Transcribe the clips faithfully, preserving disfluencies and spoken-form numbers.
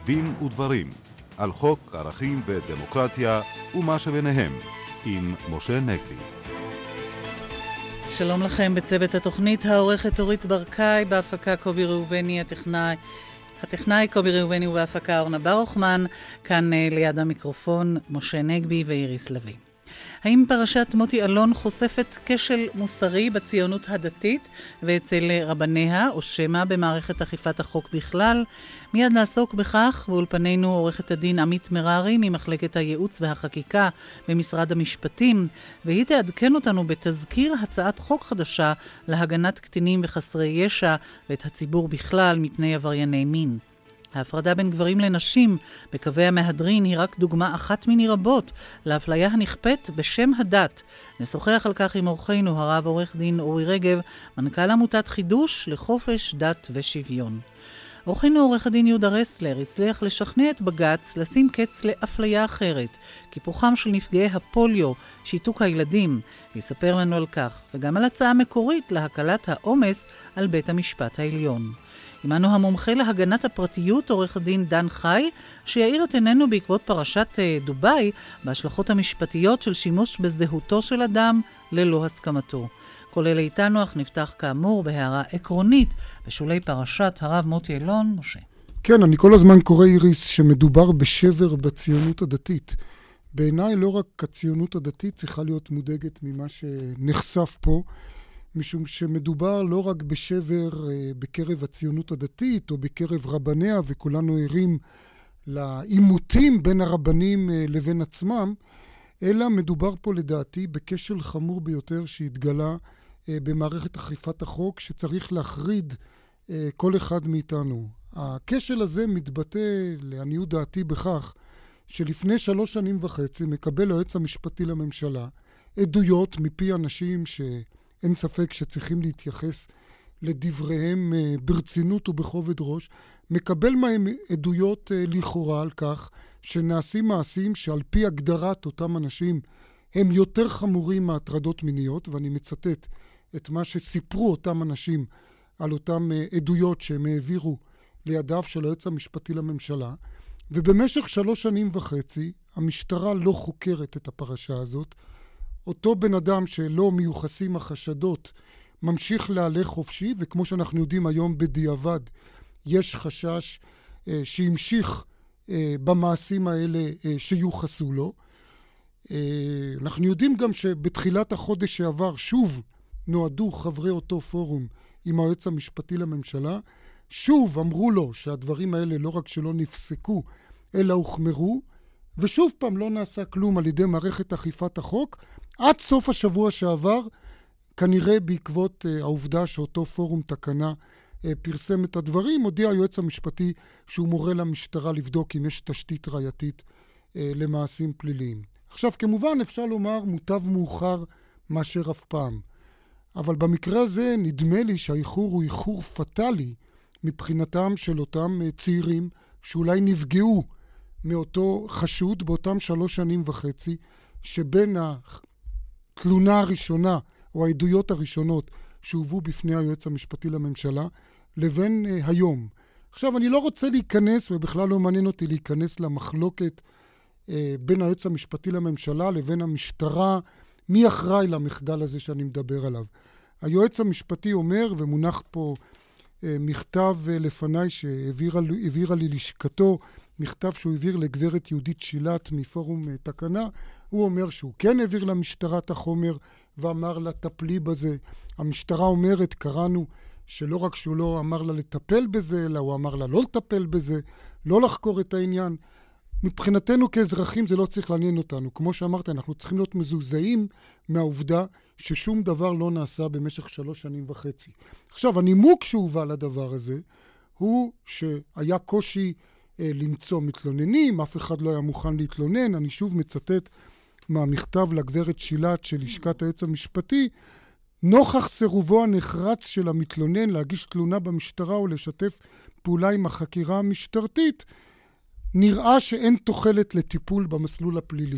דין ודברים על חוק ערכים ודמוקרטיה ומה שביניהם עם משה נגבי. שלום לכם בצוות התוכנית, העורכת אורית ברקאי, בהפקה קובי ראובני, הטכנאי הטכנאי קובי ראובני ובהפקה אורנה ברוכמן, כאן ליד המיקרופון משה נגבי ואיריס לוי. האם פרשת מוטי אלון חושפת כשל מוסרי בציונות הדתית ואצל רבניה, או שמה במערכת אכיפת החוק בכלל? מיד נעסוק בכך באולפנינו עורכת הדין עמית מררי ממחלקת הייעוץ והחקיקה במשרד המשפטים, והיא תעדכן אותנו בתזכיר הצעת חוק חדשה להגנת קטינים וחסרי ישע ואת הציבור בכלל מפני עברייני מין. ההפרדה בין גברים לנשים בקווי המהדרין היא רק דוגמה אחת מיני רבות לאפליה הנכפית בשם הדת. נשוחח על כך עם אורחנו הרב עורך דין אורי רגב, מנכ"ל עמותת חידוש לחופש דת ושוויון. אורחנו עורך הדין יהודה רסלר הצליח לשכנע את בג"ץ לשים קץ לאפליה אחרת, קיפוחם של נפגעי הפוליו, שיתוק הילדים, ויספר לנו על כך, וגם על הצעה מקורית להקלת העומס על בית המשפט העליון. עמנו המומחה להגנת הפרטיות עורך הדין דן חי, שיעיר את עינינו בעקבות פרשת דוביי בהשלכות המשפטיות של שימוש בזהותו של אדם ללא הסכמתו. כל אלה איתנו, אך נפתח כאמור בהערה עקרונית בשולי פרשת הרב מוטי אלון. משה. כן, אני כל הזמן קורא איריס שמדובר בשבר בציונות הדתית. בעיניי לא רק הציונות הדתית צריכה להיות מודאגת ממה שנחשף פה, משום שמדובר לא רק בשבר בקרב הציונות הדתית או בקרב רבניה, וכולנו ערים לעימותים בין הרבנים לבין עצמם, אלא מדובר פה לדעתי בכשל חמור ביותר שהתגלה במערכת אכיפת החוק, שצריך להחריד כל אחד מאיתנו. הכשל הזה מתבטא לעניות דעתי בכך שלפני שלוש שנים וחצי מקבל היועץ המשפטי לממשלה עדויות מפי אנשים שאין ספק שצריכים להתייחס לדבריהם ברצינות ובכובד ראש, מקבל מהם עדויות לכאורה על כך שנעשים מעשים שעל פי הגדרת אותם אנשים הם יותר חמורים מהטרדות מיניות, ואני מצטט את מה שסיפרו אותם אנשים על אותם עדויות שהם העבירו לידיו של היועץ המשפטי לממשלה, ובמשך שלוש שנים וחצי המשטרה לא חוקרת את הפרשה הזאת. אותו בן אדם שלא מיוחסים החשדות ממשיך להלך חופשי, וכמו שאנחנו יודעים היום בדיעבד יש חשש אה, שימשיך אה, במעשים האלה אה, שיוחסו לו. אה, אנחנו יודעים גם שבתחילת החודש שעבר שוב נועדו חברי אותו פורום עם היועץ המשפטי לממשלה, שוב אמרו לו שהדברים האלה לא רק שלא נפסקו אלא הוחמרו, ושוב פעם לא נעשה כלום על ידי מערכת אכיפת החוק, עד סוף השבוע שעבר, כנראה בעקבות uh, העובדה שאותו פורום תקנה uh, פרסם את הדברים, הודיע היועץ המשפטי שהוא מורה למשטרה לבדוק אם יש תשתית ראייתית uh, למעשים פליליים. עכשיו כמובן אפשר לומר מוטב מאוחר מאשר אף פעם, אבל במקרה הזה נדמה לי שהאיחור הוא איחור פטלי מבחינתם של אותם uh, צעירים שאולי נפגעו מאותו חשוד באותם שלוש שנים וחצי, שבין התלונה הראשונה או העדויות הראשונות שהובאו בפני היועץ המשפטי לממשלה לבין uh, היום. עכשיו אני לא רוצה להיכנס, ובכלל לא מעניין אותי להיכנס למחלוקת uh, בין היועץ המשפטי לממשלה לבין המשטרה, מי אחראי למחדל הזה שאני מדבר עליו. היועץ המשפטי אומר, ומונח פה uh, מכתב uh, לפניי שהעבירה לי לשכתו, מכתב שהוא העביר לגברת יהודית שילת מפורום uh, תקנה, הוא אומר שהוא כן העביר למשטרה את החומר ואמר לה טפלי בזה. המשטרה אומרת, קראנו, שלא רק שהוא לא אמר לה לטפל בזה, אלא הוא אמר לה לא לטפל בזה, לא לחקור את העניין. מבחינתנו כאזרחים זה לא צריך לעניין אותנו. כמו שאמרת, אנחנו צריכים להיות מזועזעים מהעובדה ששום דבר לא נעשה במשך שלוש שנים וחצי. עכשיו, הנימוק שהובא לדבר הזה הוא שהיה קושי אה, למצוא מתלוננים, אף אחד לא היה מוכן להתלונן. אני שוב מצטט מהמכתב לגברת שילת של לשכת היועץ המשפטי, נוכח סירובו הנחרץ של המתלונן להגיש תלונה במשטרה או לשתף פעולה עם החקירה המשטרתית, נראה שאין תוחלת לטיפול במסלול הפלילי.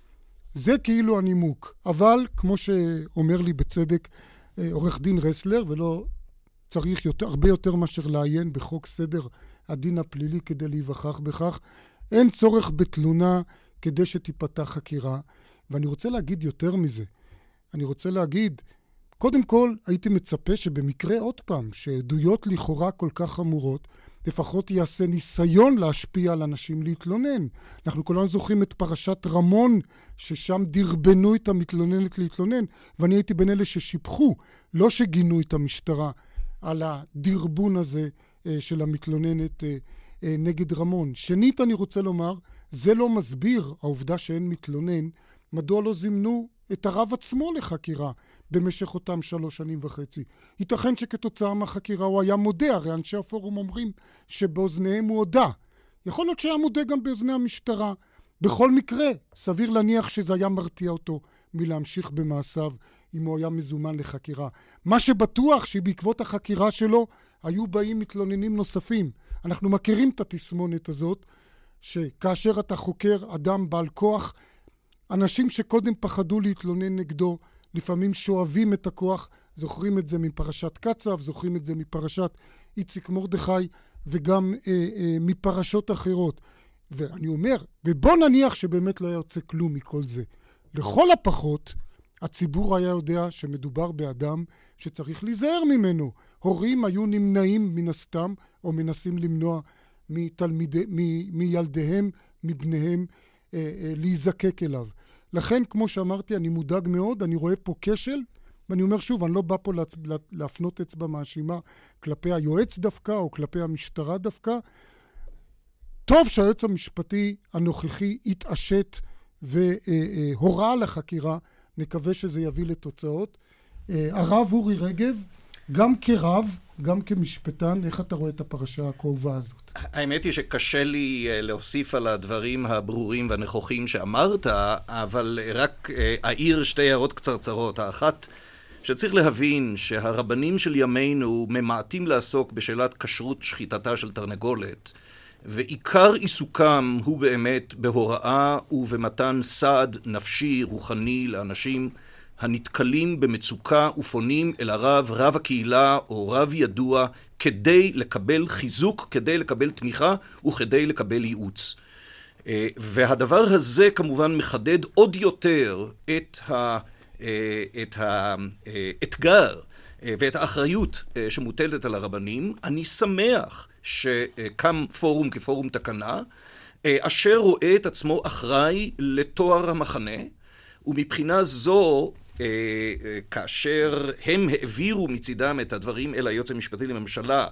זה כאילו הנימוק, אבל כמו שאומר לי בצדק עורך דין רסלר, ולא צריך יותר, הרבה יותר מאשר לעיין בחוק סדר הדין הפלילי כדי להיווכח בכך. אין צורך בתלונה כדי שתיפתח חקירה. ואני רוצה להגיד יותר מזה. אני רוצה להגיד, קודם כל הייתי מצפה שבמקרה עוד פעם, שעדויות לכאורה כל כך חמורות, לפחות יעשה ניסיון להשפיע על אנשים להתלונן. אנחנו כולנו זוכרים את פרשת רמון, ששם דרבנו את המתלוננת להתלונן, ואני הייתי בין אלה ששיפחו, לא שגינו את המשטרה על הדרבון הזה של המתלוננת נגד רמון. שנית, אני רוצה לומר, זה לא מסביר, העובדה שאין מתלונן, מדוע לא זימנו את הרב עצמו לחקירה במשך אותם שלוש שנים וחצי. ייתכן שכתוצאה מהחקירה הוא היה מודה, הרי אנשי הפורום אומרים שבאוזניהם הוא הודה. יכול להיות שהיה מודה גם באוזני המשטרה. בכל מקרה, סביר להניח שזה היה מרתיע אותו מלהמשיך במעשיו אם הוא היה מזומן לחקירה. מה שבטוח שבעקבות החקירה שלו היו באים מתלוננים נוספים. אנחנו מכירים את התסמונת הזאת, שכאשר אתה חוקר אדם בעל כוח, אנשים שקודם פחדו להתלונן נגדו, לפעמים שואבים את הכוח, זוכרים את זה מפרשת קצב, זוכרים את זה מפרשת איציק מרדכי, וגם אה, אה, מפרשות אחרות. ואני אומר, ובוא נניח שבאמת לא היה יוצא כלום מכל זה. לכל הפחות, הציבור היה יודע שמדובר באדם שצריך להיזהר ממנו. הורים היו נמנעים מן הסתם, או מנסים למנוע מתלמידי, מ, מילדיהם, מבניהם, אה, אה, להיזקק אליו. לכן, כמו שאמרתי, אני מודאג מאוד, אני רואה פה כשל, ואני אומר שוב, אני לא בא פה להצ... להפנות אצבע מאשימה כלפי היועץ דווקא, או כלפי המשטרה דווקא. טוב שהיועץ המשפטי הנוכחי יתעשת והוראה על החקירה, נקווה שזה יביא לתוצאות. הרב אורי רגב, גם כרב, גם כמשפטן, איך אתה רואה את הפרשה הכאובה הזאת? האמת היא שקשה לי להוסיף על הדברים הברורים והנכוחים שאמרת, אבל רק אעיר שתי הערות קצרצרות. האחת, שצריך להבין שהרבנים של ימינו ממעטים לעסוק בשאלת כשרות שחיטתה של תרנגולת, ועיקר עיסוקם הוא באמת בהוראה ובמתן סעד נפשי רוחני לאנשים הנתקלים במצוקה ופונים אל הרב, רב הקהילה או רב ידוע, כדי לקבל חיזוק, כדי לקבל תמיכה וכדי לקבל ייעוץ. והדבר הזה כמובן מחדד עוד יותר את ה, את האתגר ואת האחריות שמוטלת על הרבנים. אני שמח שקם פורום כפורום תקנה, אשר רואה את עצמו אחראי לתואר המחנה, ומבחינה זו, כאשר הם העבירו מצידם את הדברים אל היועץ המשפטי לממשלה,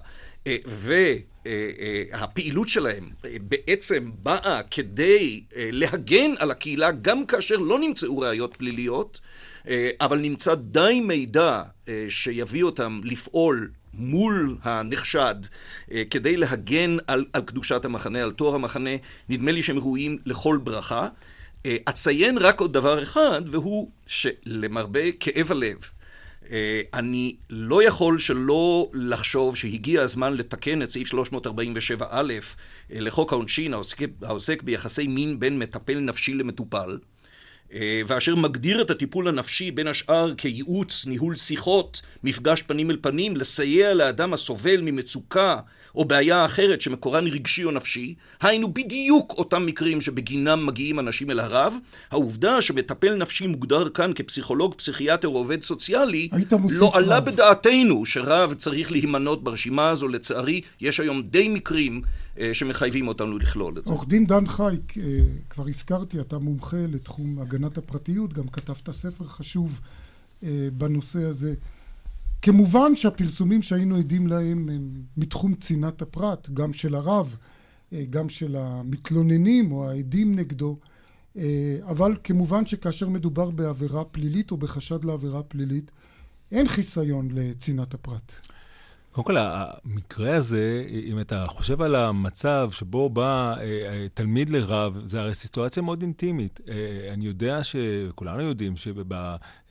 והפעילות שלהם בעצם באה כדי להגן על הקהילה גם כאשר לא נמצאו ראיות פליליות, אבל נמצא די מידע שיביא אותם לפעול מול הנחשד כדי להגן על, על קדושת המחנה, על תואר המחנה. נדמה לי שהם ראויים לכל ברכה. אציין רק עוד דבר אחד, והוא שלמרבה כאב הלב, אני לא יכול שלא לחשוב שהגיע הזמן לתקן את סעיף שלוש מאות ארבעים ושבע א' לחוק העונשין, העוסק, העוסק ביחסי מין בין מטפל נפשי למטופל, ואשר מגדיר את הטיפול הנפשי בין השאר כייעוץ, ניהול שיחות, מפגש פנים אל פנים, לסייע לאדם הסובל ממצוקה או בעיה אחרת שמקורן רגשי או נפשי. היינו בדיוק אותם מקרים שבגינם מגיעים אנשים אל הרב. העובדה שמטפל נפשי מוגדר כאן כפסיכולוג, פסיכיאטר או עובד סוציאלי, לא עלה רב. בדעתנו שרב צריך להימנות ברשימה הזו. לצערי, יש היום די מקרים שמחייבים אותנו לכלול את זה. עורך דין דן חי, כבר הזכרתי, אתה מומחה לתחום הגנת הפרטיות, גם כתבת ספר חשוב בנושא הזה. כמובן שהפרסומים שהיינו עדים להם הם מתחום צנעת הפרט, גם של הרב, גם של המתלוננים או העדים נגדו, אבל כמובן שכאשר מדובר בעבירה פלילית או בחשד לעבירה פלילית, אין חיסיון לצנעת הפרט. קודם כל, המקרה הזה, אם אתה חושב על המצב שבו בא תלמיד לרב, זה הרי סיטואציה מאוד אינטימית. אני יודע שכולנו יודעים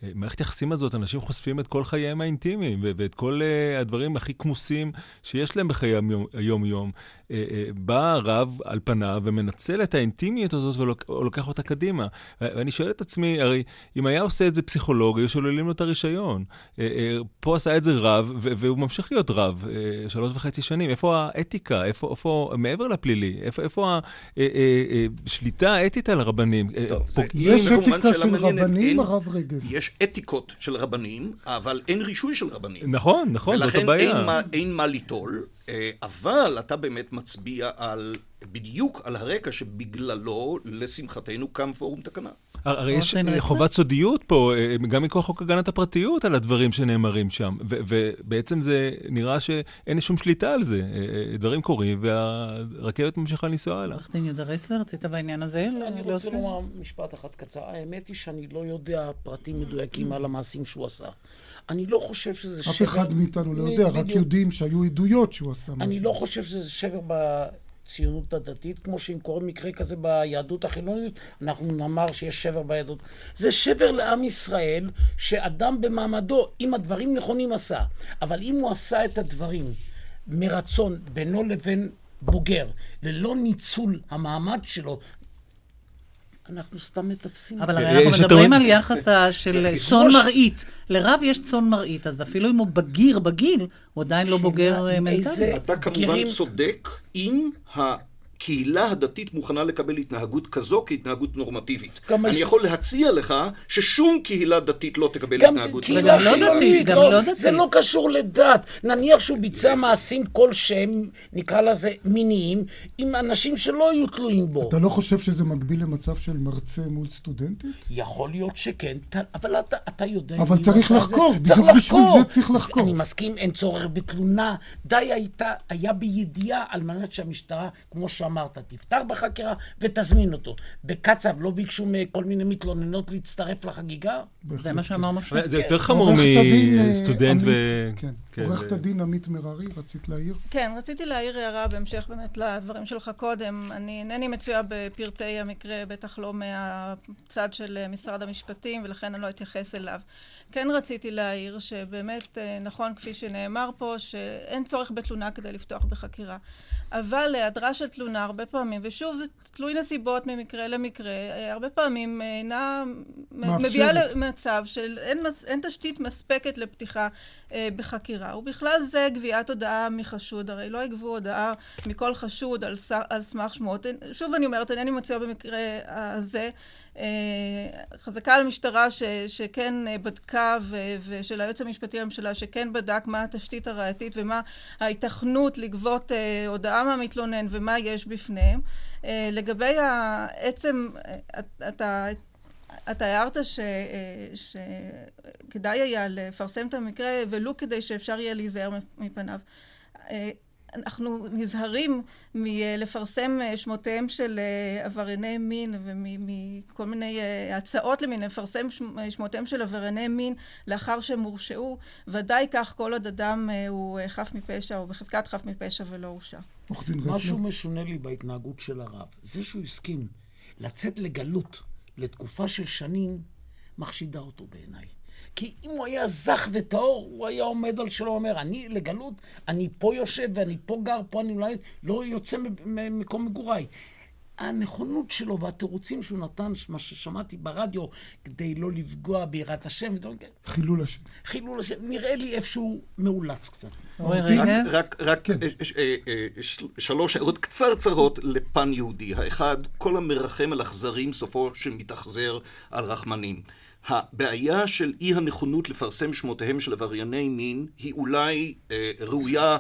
מערכת היחסים הזאת, אנשים חושפים את כל חייהם האינטימיים, ואת כל הדברים הכי כמוסים שיש להם בחיי היום-יום. בא הרב על פניו ומנצל את האינטימיות הזאת ולוקח אותה קדימה. ואני שואל את עצמי, הרי אם היה עושה את זה פסיכולוג, היו שוללים לו את הרישיון. פה עשה את זה רב, והוא ממשיך להיות רב, שלוש וחצי שנים. איפה האתיקה? איפה, איפה, מעבר לפלילי? איפה, איפה השליטה האתית על הרבנים? טוב, זה, יש אתיקה של המעניינת, רבנים, אין, הרב רגב. יש אתיקות של רבנים, אבל אין רישוי של רבנים. נכון, נכון, זאת הבעיה. ולכן אין מה, אין מה ליטול, אבל אתה באמת מצביע על, בדיוק על הרקע שבגללו, לשמחתנו, קם פורום תקנה. הרי יש חובת סודיות פה, גם מכוח חוק הגנת הפרטיות על הדברים שנאמרים שם, ובעצם זה נראה שאין שום שליטה על זה. דברים קורים, והרכבת ממשיכה לנסוע הלאה. עורך דין יהודה רסלר, רצית בעניין הזה? אני רוצה לומר משפט אחד קצר. האמת היא שאני לא יודע פרטים מדויקים על המעשים שהוא עשה. אני לא חושב שזה שבר... אף אחד מאיתנו לא יודע, רק יודעים שהיו עדויות שהוא עשה מעשים. אני לא חושב שזה שבר בציונות הדתית, כמו שאם קורה מקרה כזה ביהדות החילונית, אנחנו נאמר שיש שבר ביהדות. זה שבר לעם ישראל, שאדם במעמדו, אם הדברים נכונים עשה, אבל אם הוא עשה את הדברים מרצון בינו לבין בוגר, ללא ניצול המעמד שלו, אנחנו סתם מטפסים. אבל הרי אנחנו מדברים על יחס של צאן מרעית. לרב יש צאן מרעית, אז אפילו אם הוא בגיר בגיל, הוא עדיין לא בוגר מנטלי. אתה כמובן צודק אם הקהילה הדתית מוכנה לקבל התנהגות כזו כהתנהגות נורמטיבית. אני יכול להציע לך ששום קהילה דתית לא תקבל התנהגות כזו. גם לא דתית, גם לא דתית. זה לא קשור לדת. נניח שהוא ביצע מעשים כלשהם, נקרא לזה מיניים, עם אנשים שלא יהיו תלויים בו. אתה לא חושב שזה מקביל למצב של מרצה מול סטודנטית? יכול להיות שכן, אבל אתה, אתה יודע... אבל צריך לחקור, צריך בדיוק בשביל לחקור. זה צריך לחקור. אני מסכים, אין צורך בתלונה. די הייתה, היה בידיעה על מנת שהמשטרה, כמו שאמרת, תפתח בחקירה ותזמין אותו. בקצב לא ביקשו מכל מיני מתלוננות להצטרף לחגיגה? זה מה שאמר משה. זה יותר חמור מסטודנט ו... עורכת הדין עמית מררי, רצית להעיר? כן, רציתי להעיר הערה בהמשך באמת לדברים שלך קודם. אני אינני מצויה בפרטי המקרה, בטח לא מהצד של משרד המשפטים, ולכן אני לא אתייחס אליו. כן רציתי להעיר שבאמת נכון, כפי שנאמר פה, שאין צורך בתלונה כדי לפתוח בחקירה. אבל להיעדרה של תלונה הרבה פעמים, ושוב זה תלוי נסיבות ממקרה למקרה, הרבה פעמים אינה מביאה למצב של אין, אין תשתית מספקת לפתיחה אה, בחקירה. ובכלל זה גביית הודעה מחשוד, הרי לא יגבו הודעה מכל חשוד על, על סמך שמות. שוב אני אומרת, אינני מציעה במקרה הזה, חזקה על המשטרה ש, שכן בדקה ו, ושל היועץ המשפטי לממשלה שכן בדק מה התשתית הראייתית ומה ההיתכנות לגבות הודעה מהמתלונן ומה יש בפניהם. לגבי העצם, אתה, אתה הערת ש, שכדאי היה לפרסם את המקרה ולו כדי שאפשר יהיה להיזהר מפניו. אנחנו נזהרים מלפרסם שמותיהם של עברייני מין ומכל מיני הצעות למין, לפרסם שמותיהם של עברייני מין לאחר שהם הורשעו, ודאי כך כל עוד אדם הוא חף מפשע או בחזקת חף מפשע ולא הורשע. משהו משונה לי בהתנהגות של הרב. זה שהוא הסכים לצאת לגלות לתקופה של שנים, מחשידה אותו בעיניי. כי אם הוא היה זך וטהור, הוא היה עומד על שלו, אומר, אני לגלות, אני פה יושב ואני פה גר, פה אני אולי לא יוצא ממקום מגוריי. הנכונות שלו והתירוצים שהוא נתן, מה ששמעתי ברדיו, כדי לא לפגוע ביראת השם, חילול השם. חילול השם, נראה לי איפשהו מאולץ קצת. רק, רק שלוש הערות קצרצרות לפן יהודי. האחד, כל המרחם על אכזרים סופו שמתאכזר על רחמנים. הבעיה של אי הנכונות לפרסם שמותיהם של עברייני מין היא אולי אה, ראויה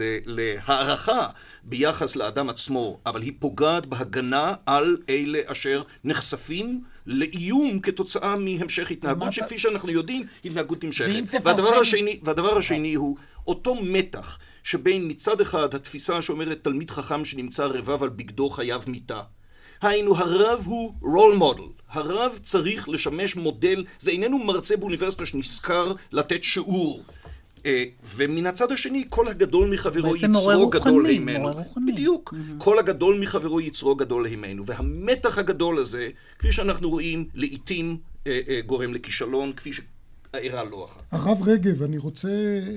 להערכה ביחס לאדם עצמו, אבל היא פוגעת בהגנה על אלה אשר נחשפים לאיום כתוצאה מהמשך התנהגות, שכפי שאנחנו יודעים, התנהגות נמשכת. והדבר השני, והדבר השני הוא אותו מתח שבין מצד אחד התפיסה שאומרת תלמיד חכם שנמצא רבב על בגדו חייב מיתה. היינו, הרב הוא role model. הרב צריך לשמש מודל, זה איננו מרצה באוניברסיטה שנזכר לתת שיעור. ומן הצד השני, כל הגדול מחברו יצרו גדול הימנו. בדיוק. כל הגדול מחברו יצרו גדול הימנו. והמתח הגדול הזה, כפי שאנחנו רואים, לעתים גורם לכישלון, כפי שהעירה לא אחת. הרב רגב, אני רוצה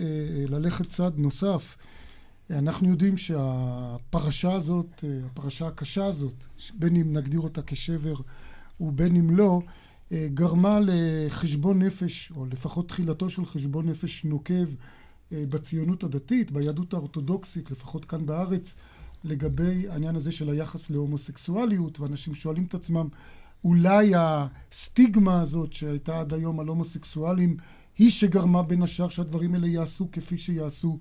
ללכת צעד נוסף. אנחנו יודעים שהפרשה הזאת, הפרשה הקשה הזאת, בין אם נגדיר אותה כשבר ובין אם לא, גרמה לחשבון נפש, או לפחות תחילתו של חשבון נפש נוקב בציונות הדתית, ביהדות האורתודוקסית, לפחות כאן בארץ, לגבי העניין הזה של היחס להומוסקסואליות, ואנשים שואלים את עצמם, אולי הסטיגמה הזאת שהייתה עד היום על הומוסקסואלים, היא שגרמה בין השאר שהדברים האלה יעשו כפי שיעשו,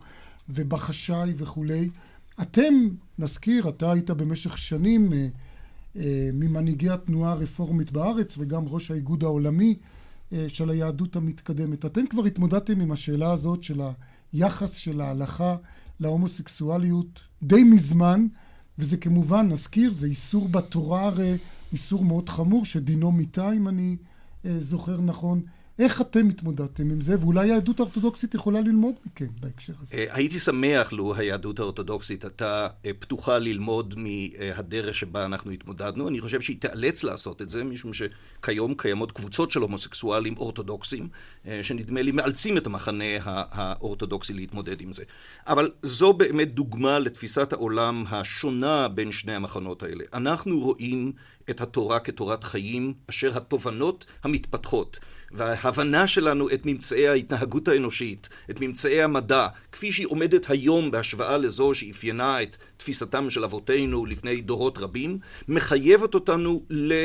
ובחשאי וכולי. אתם, נזכיר, אתה היית במשך שנים אה, אה, ממנהיגי התנועה הרפורמית בארץ, וגם ראש האיגוד העולמי אה, של היהדות המתקדמת. אתם כבר התמודדתם עם השאלה הזאת של היחס של ההלכה להומוסקסואליות די מזמן, וזה כמובן, נזכיר, זה איסור בתורה, הרי איסור מאוד חמור, שדינו מיתה, אם אני אה, זוכר נכון. איך אתם התמודדתם עם זה, ואולי היהדות האורתודוקסית יכולה ללמוד מכם בהקשר הזה? הייתי שמח לו היהדות האורתודוקסית הייתה פתוחה ללמוד מהדרך שבה אנחנו התמודדנו. אני חושב שהיא תיאלץ לעשות את זה, משום שכיום קיימות קבוצות של הומוסקסואלים אורתודוקסים, שנדמה לי מאלצים את המחנה האורתודוקסי להתמודד עם זה. אבל זו באמת דוגמה לתפיסת העולם השונה בין שני המחנות האלה. אנחנו רואים את התורה כתורת חיים, אשר התובנות המתפתחות וההבנה שלנו את ממצאי ההתנהגות האנושית, את ממצאי המדע, כפי שהיא עומדת היום בהשוואה לזו שאפיינה את תפיסתם של אבותינו לפני דורות רבים, מחייבת אותנו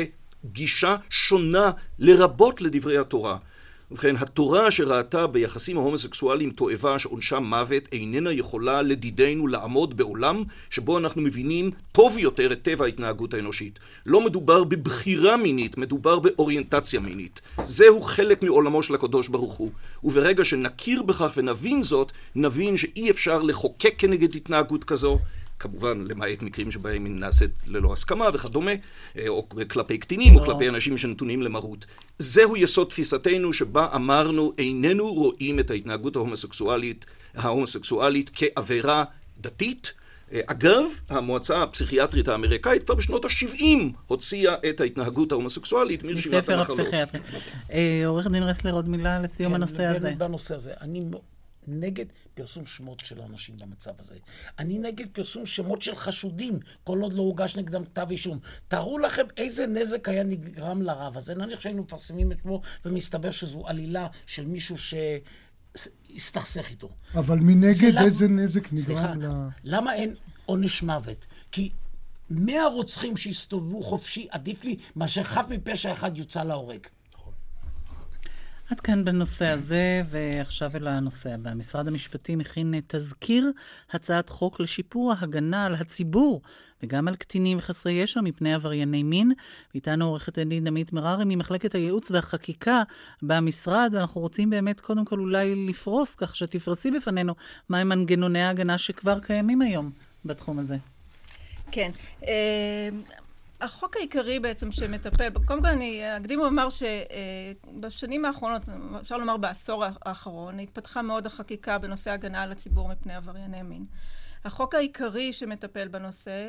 לגישה שונה לרבות לדברי התורה. ובכן, התורה שראתה ביחסים ההומוסקסואליים תועבה שעונשה מוות איננה יכולה לדידנו לעמוד בעולם שבו אנחנו מבינים טוב יותר את טבע ההתנהגות האנושית. לא מדובר בבחירה מינית, מדובר באוריינטציה מינית. זהו חלק מעולמו של הקדוש ברוך הוא. וברגע שנכיר בכך ונבין זאת, נבין שאי אפשר לחוקק כנגד התנהגות כזו, כמובן למעט מקרים שבהם היא נעשית ללא הסכמה וכדומה, או כלפי קטינים, או כלפי אנשים שנתונים למרות. זהו יסוד תפיסתנו שבה אמרנו, איננו רואים את ההתנהגות ההומוסקסואלית, ההומוסקסואלית כעבירה דתית. אגב, המועצה הפסיכיאטרית האמריקאית כבר בשנות ה-שבעים הוציאה את ההתנהגות ההומוסקסואלית מרשימת המחלות. מספר הפסיכיאטרי. עורך דין רסלר, עוד מילה לסיום הנושא הזה. כן, בנושא הזה. אני נגד פרסום שמות של האנשים במצב הזה. אני נגד פרסום שמות של חשודים, כל עוד לא הוגש נגדם כתב אישום. תארו לכם איזה נזק היה נגרם לרב הזה. נניח שהיינו מפרסמים את שמו, ומסתבר שזו עלילה של מישהו שהסתכסך איתו. אבל מנגד איזה נזק נגרם ל... למה אין עונש מוות? כי מאה רוצחים שהסתובבו חופשי עדיף לי מאשר חף מפשע אחד יוצא להורג. עד כאן בנושא הזה, ועכשיו אל הנושא הבא. משרד המשפטים הכין תזכיר הצעת חוק לשיפור ההגנה על הציבור, וגם על קטינים וחסרי ישע מפני עברייני מין. ואיתנו עורכת הדין עמית מררי ממחלקת הייעוץ והחקיקה במשרד, ואנחנו רוצים באמת קודם כל אולי לפרוס, כך שתפרסי בפנינו מהם מנגנוני ההגנה שכבר קיימים היום בתחום הזה. כן. החוק העיקרי בעצם שמטפל, קודם כל אני אקדים ואומר שבשנים האחרונות, אפשר לומר בעשור האחרון, התפתחה מאוד החקיקה בנושא הגנה על הציבור מפני עברייני מין. החוק העיקרי שמטפל בנושא,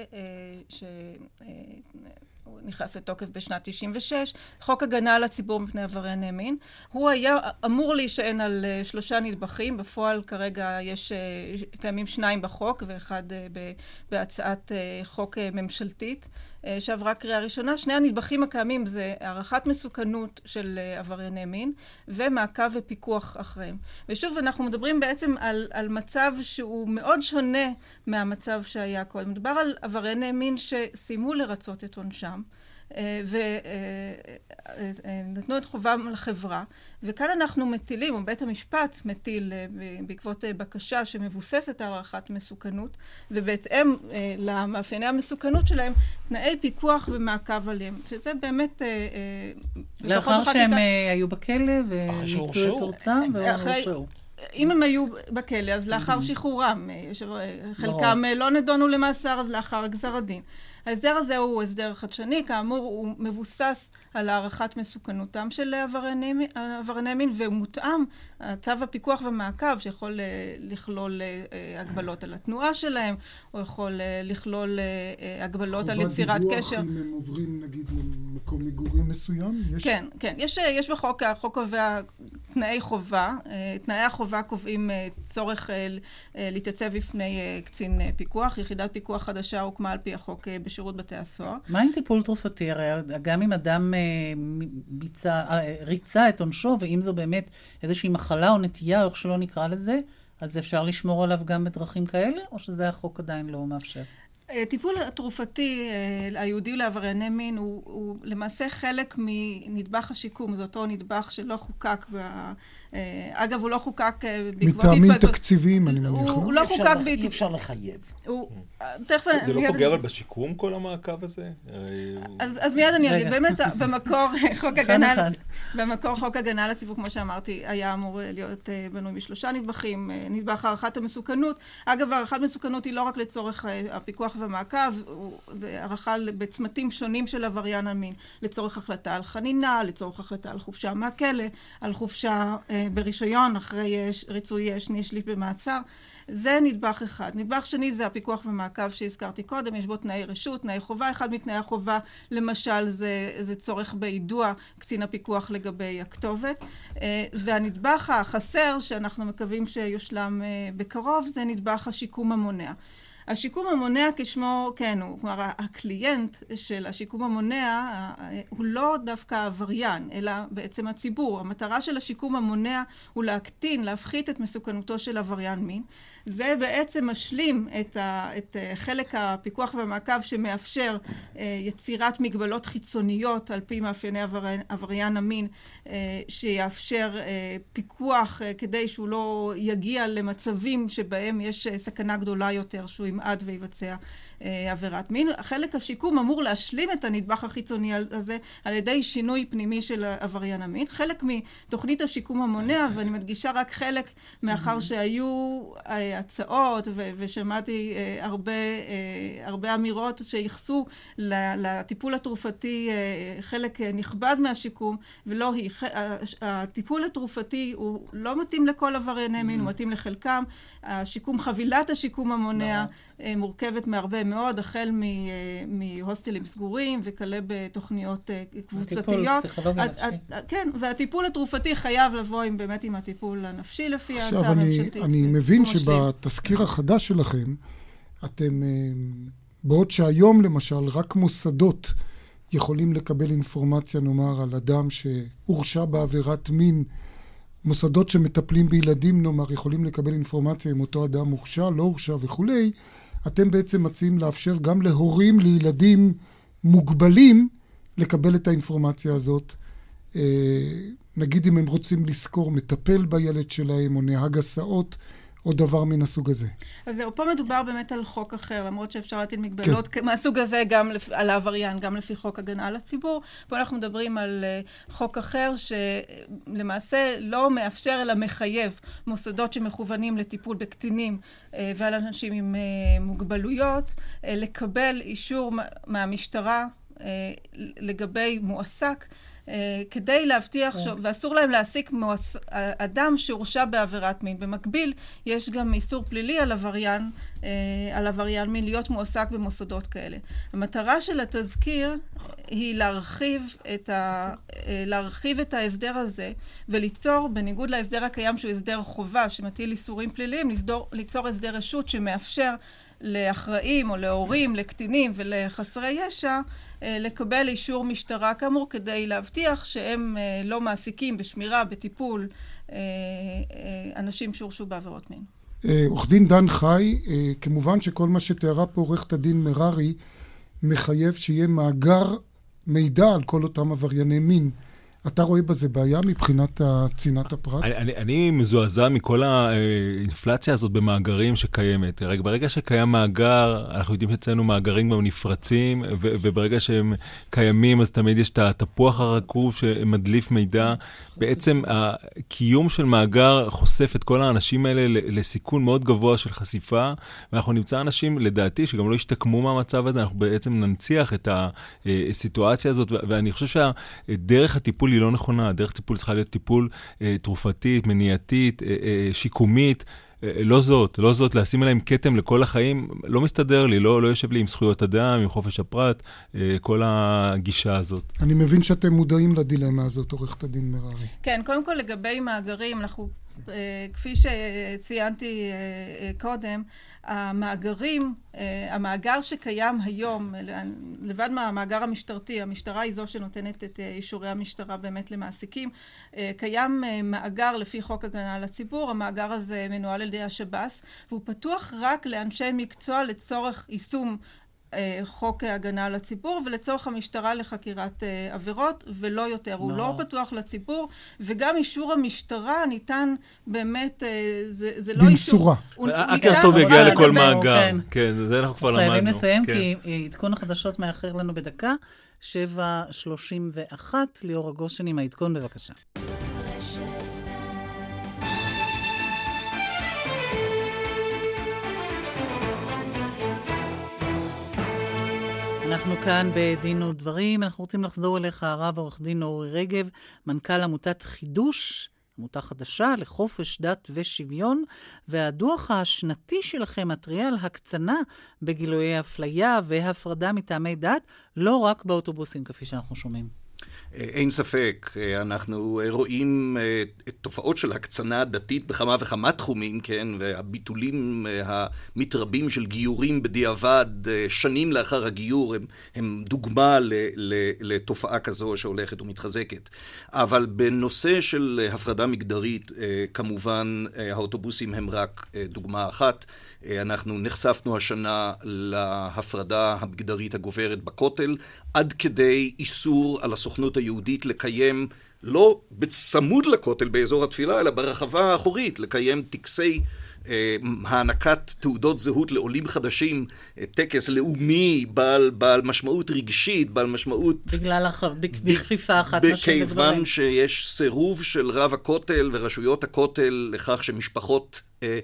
הוא נכנס לתוקף בשנת תשעים ושש, חוק הגנה על הציבור מפני עברייני מין. הוא היה אמור להישען על שלושה נדבכים, בפועל כרגע יש קיימים שניים בחוק ואחד בהצעת חוק ממשלתית שעברה קריאה ראשונה. שני הנדבכים הקיימים זה הערכת מסוכנות של עברייני מין ומעקב ופיקוח אחריהם. ושוב אנחנו מדברים בעצם על, על מצב שהוא מאוד שונה מהמצב שהיה קודם. מדובר על עברייני מין שסיימו לרצות את עונשם ונתנו את חובם לחברה, וכאן אנחנו מטילים, או בית המשפט מטיל בעקבות בקשה שמבוססת על הערכת מסוכנות, ובהתאם למאפייני המסוכנות שלהם, תנאי פיקוח ומעקב עליהם. שזה באמת... לאחר שהם היו בכלא וניצלו את תורצם והורשעו. אם הם היו בכלא, אז לאחר שחרורם, חלקם לא נדונו למאסר, אז לאחר גזר הדין. ההסדר הזה הוא הסדר חדשני, כאמור הוא מבוסס על הערכת מסוכנותם של עברייני מין, והוא מותאם, צו הפיקוח והמעקב שיכול לכלול הגבלות על התנועה שלהם, הוא יכול לכלול הגבלות על יצירת קשר. חובת דיווח אם הם עוברים נגיד למקום מגורים מסוים? יש... כן, כן. יש, יש בחוק, החוק קובע תנאי חובה. תנאי החובה קובעים צורך להתייצב בפני קצין פיקוח. יחידת פיקוח חדשה הוקמה על פי החוק בשירות בתי הסוהר. מה עם טיפול תרופתי? הרי גם אם אדם ביצע, ריצה את עונשו, ואם זו באמת איזושהי מחלה או נטייה, או איך שלא נקרא לזה, אז אפשר לשמור עליו גם בדרכים כאלה, או שזה החוק עדיין לא מאפשר? טיפול התרופתי היהודי לעברייני מין הוא, הוא למעשה חלק מנדבך השיקום, זה אותו נדבך שלא חוקק, ב... אגב הוא לא חוקק בעקבות מטעמים תקציביים אני מניח. הוא לא חוקק, אי אפשר לחייב. זה לא פוגע אבל בשיקום כל המעקב הזה? אז מיד אני אגיד, באמת במקור חוק הגנה, במקור חוק הגנה לציבור, כמו שאמרתי, היה אמור להיות בנוי משלושה נדבכים, נדבך הערכת המסוכנות. אגב, הערכת מסוכנות היא לא רק לצורך הפיקוח ומעקב, זה הערכה בצמתים שונים של עבריין המין, לצורך החלטה על חנינה, לצורך החלטה על חופשה מהכלא, על חופשה ברישיון אחרי ריצוי שני שליש במעצר. זה נדבך אחד. נדבך שני זה הפיקוח ומעקב שהזכרתי קודם, יש בו תנאי רשות, תנאי חובה. אחד מתנאי החובה, למשל, זה, זה צורך ביידוע קצין הפיקוח לגבי הכתובת. והנדבך החסר, שאנחנו מקווים שיושלם בקרוב, זה נדבך השיקום המונע. השיקום המונע כשמו, כן, הוא, כלומר, הקליינט של השיקום המונע הוא לא דווקא עבריין, אלא בעצם הציבור. המטרה של השיקום המונע הוא להקטין, להפחית את מסוכנותו של עבריין מין. זה בעצם משלים את, ה, את חלק הפיקוח והמעקב שמאפשר יצירת מגבלות חיצוניות על פי מאפייני עבריין, עבריין המין, שיאפשר פיקוח כדי שהוא לא יגיע למצבים שבהם יש סכנה גדולה יותר שהוא ימעד ויבצע עבירת מין. חלק השיקום אמור להשלים את הנדבך החיצוני הזה על ידי שינוי פנימי של עבריין המין. חלק מתוכנית השיקום המונע, ואני מדגישה רק חלק מאחר שהיו הצעות ו- ושמעתי הרבה, הרבה אמירות שיחסו לטיפול התרופתי חלק נכבד מהשיקום, ולא היא. הטיפול התרופתי הוא לא מתאים לכל עברייני מין, הוא מתאים לחלקם. השיקום, חבילת השיקום המונע מורכבת מהרבה מאוד, החל מהוסטלים סגורים וכלה בתוכניות קבוצתיות. טיפול פסיכולוגי נפשי. כן, והטיפול התרופתי חייב לבוא עם באמת עם הטיפול הנפשי לפי ההצעה עכשיו אני, הממשלתית. אני מבין שבתזכיר החדש שלכם, אתם, בעוד שהיום למשל רק מוסדות יכולים לקבל אינפורמציה, נאמר, על אדם שהורשע בעבירת מין, מוסדות שמטפלים בילדים, נאמר, יכולים לקבל אינפורמציה אם אותו אדם הורשע, לא הורשע וכולי, אתם בעצם מציעים לאפשר גם להורים לילדים מוגבלים לקבל את האינפורמציה הזאת. נגיד אם הם רוצים לזכור מטפל בילד שלהם או נהג הסעות או דבר מן הסוג הזה. אז זהו, פה מדובר באמת על חוק אחר, למרות שאפשר להטיל מגבלות כן. מהסוג הזה גם לפ... על העבריין, גם לפי חוק הגנה על הציבור. פה אנחנו מדברים על uh, חוק אחר שלמעשה לא מאפשר אלא מחייב מוסדות שמכוונים לטיפול בקטינים uh, ועל אנשים עם uh, מוגבלויות, uh, לקבל אישור מהמשטרה uh, לגבי מועסק, כדי להבטיח, ש... ואסור להם להעסיק מועס... אדם שהורשע בעבירת מין. במקביל, יש גם איסור פלילי על עבריין, על עבריין מין להיות מועסק במוסדות כאלה. המטרה של התזכיר היא להרחיב את, ה... להרחיב את ההסדר הזה, וליצור, בניגוד להסדר הקיים שהוא הסדר חובה, שמטיל איסורים פליליים, ליצור, ליצור הסדר רשות שמאפשר לאחראים או להורים, לקטינים ולחסרי ישע, לקבל אישור משטרה כאמור, כדי להבטיח שהם לא מעסיקים בשמירה, בטיפול, אנשים שהורשעו בעבירות מין. עורך דין דן חי, כמובן שכל מה שתיארה פה עורכת הדין מררי, מחייב שיהיה מאגר מידע על כל אותם עברייני מין. אתה רואה בזה בעיה מבחינת צנעת הפרט? אני, אני, אני מזועזע מכל האינפלציה הזאת במאגרים שקיימת. ברגע שקיים מאגר, אנחנו יודעים שאצלנו מאגרים גם נפרצים, ו, וברגע שהם קיימים, אז תמיד יש את התפוח הרקוב שמדליף מידע. בעצם הקיום של מאגר חושף את כל האנשים האלה לסיכון מאוד גבוה של חשיפה, ואנחנו נמצא אנשים, לדעתי, שגם לא ישתקמו מהמצב הזה, אנחנו בעצם ננציח את הסיטואציה הזאת, ואני חושב שהדרך הטיפול היא לא נכונה, הדרך טיפול צריכה להיות טיפול תרופתית, מניעתית, שיקומית, לא זאת, לא זאת, לשים עליהם כתם לכל החיים, לא מסתדר לי, לא, לא יושב לי עם זכויות אדם, עם חופש הפרט, כל הגישה הזאת. אני מבין שאתם מודעים לדילמה הזאת, עורכת הדין מררי. כן, קודם כל לגבי מאגרים, אנחנו, כפי שציינתי קודם, המאגרים, המאגר שקיים היום, לבד מהמאגר המשטרתי, המשטרה היא זו שנותנת את אישורי המשטרה באמת למעסיקים, קיים מאגר לפי חוק הגנה על הציבור, המאגר הזה מנוהל על ידי השב"ס, והוא פתוח רק לאנשי מקצוע לצורך יישום חוק הגנה על הציבור ולצורך המשטרה לחקירת עבירות ולא יותר. הוא לא פתוח לציבור, וגם אישור המשטרה ניתן באמת, זה לא אישור. במשורה. הכר טוב יגיע לכל מאגר. כן, זה אנחנו כבר למדנו. חייבים לסיים, כי עדכון החדשות מאחר לנו בדקה. שבע שלושים ואחת, ליאור הגושן עם העדכון, בבקשה. אנחנו כאן בדין ודברים, אנחנו רוצים לחזור אליך, הרב עורך דין אורי רגב, מנכ"ל עמותת חידוש, עמותה חדשה לחופש דת ושוויון, והדוח השנתי שלכם מתריע על הקצנה בגילויי אפליה והפרדה מטעמי דת, לא רק באוטובוסים כפי שאנחנו שומעים. אין ספק, אנחנו רואים תופעות של הקצנה דתית בכמה וכמה תחומים, כן, והביטולים המתרבים של גיורים בדיעבד שנים לאחר הגיור הם, הם דוגמה ל, ל, לתופעה כזו שהולכת ומתחזקת. אבל בנושא של הפרדה מגדרית, כמובן האוטובוסים הם רק דוגמה אחת. אנחנו נחשפנו השנה להפרדה המגדרית הגוברת בכותל, עד כדי איסור על הסוכנות היהודית לקיים, לא בצמוד לכותל באזור התפילה, אלא ברחבה האחורית, לקיים טקסי אה, הענקת תעודות זהות לעולים חדשים, אה, טקס לאומי, בעל, בעל משמעות רגשית, בעל משמעות... בגלל הח... בכפיפה אחת נשים וגברים. כיוון שיש סירוב של רב הכותל ורשויות הכותל לכך שמשפחות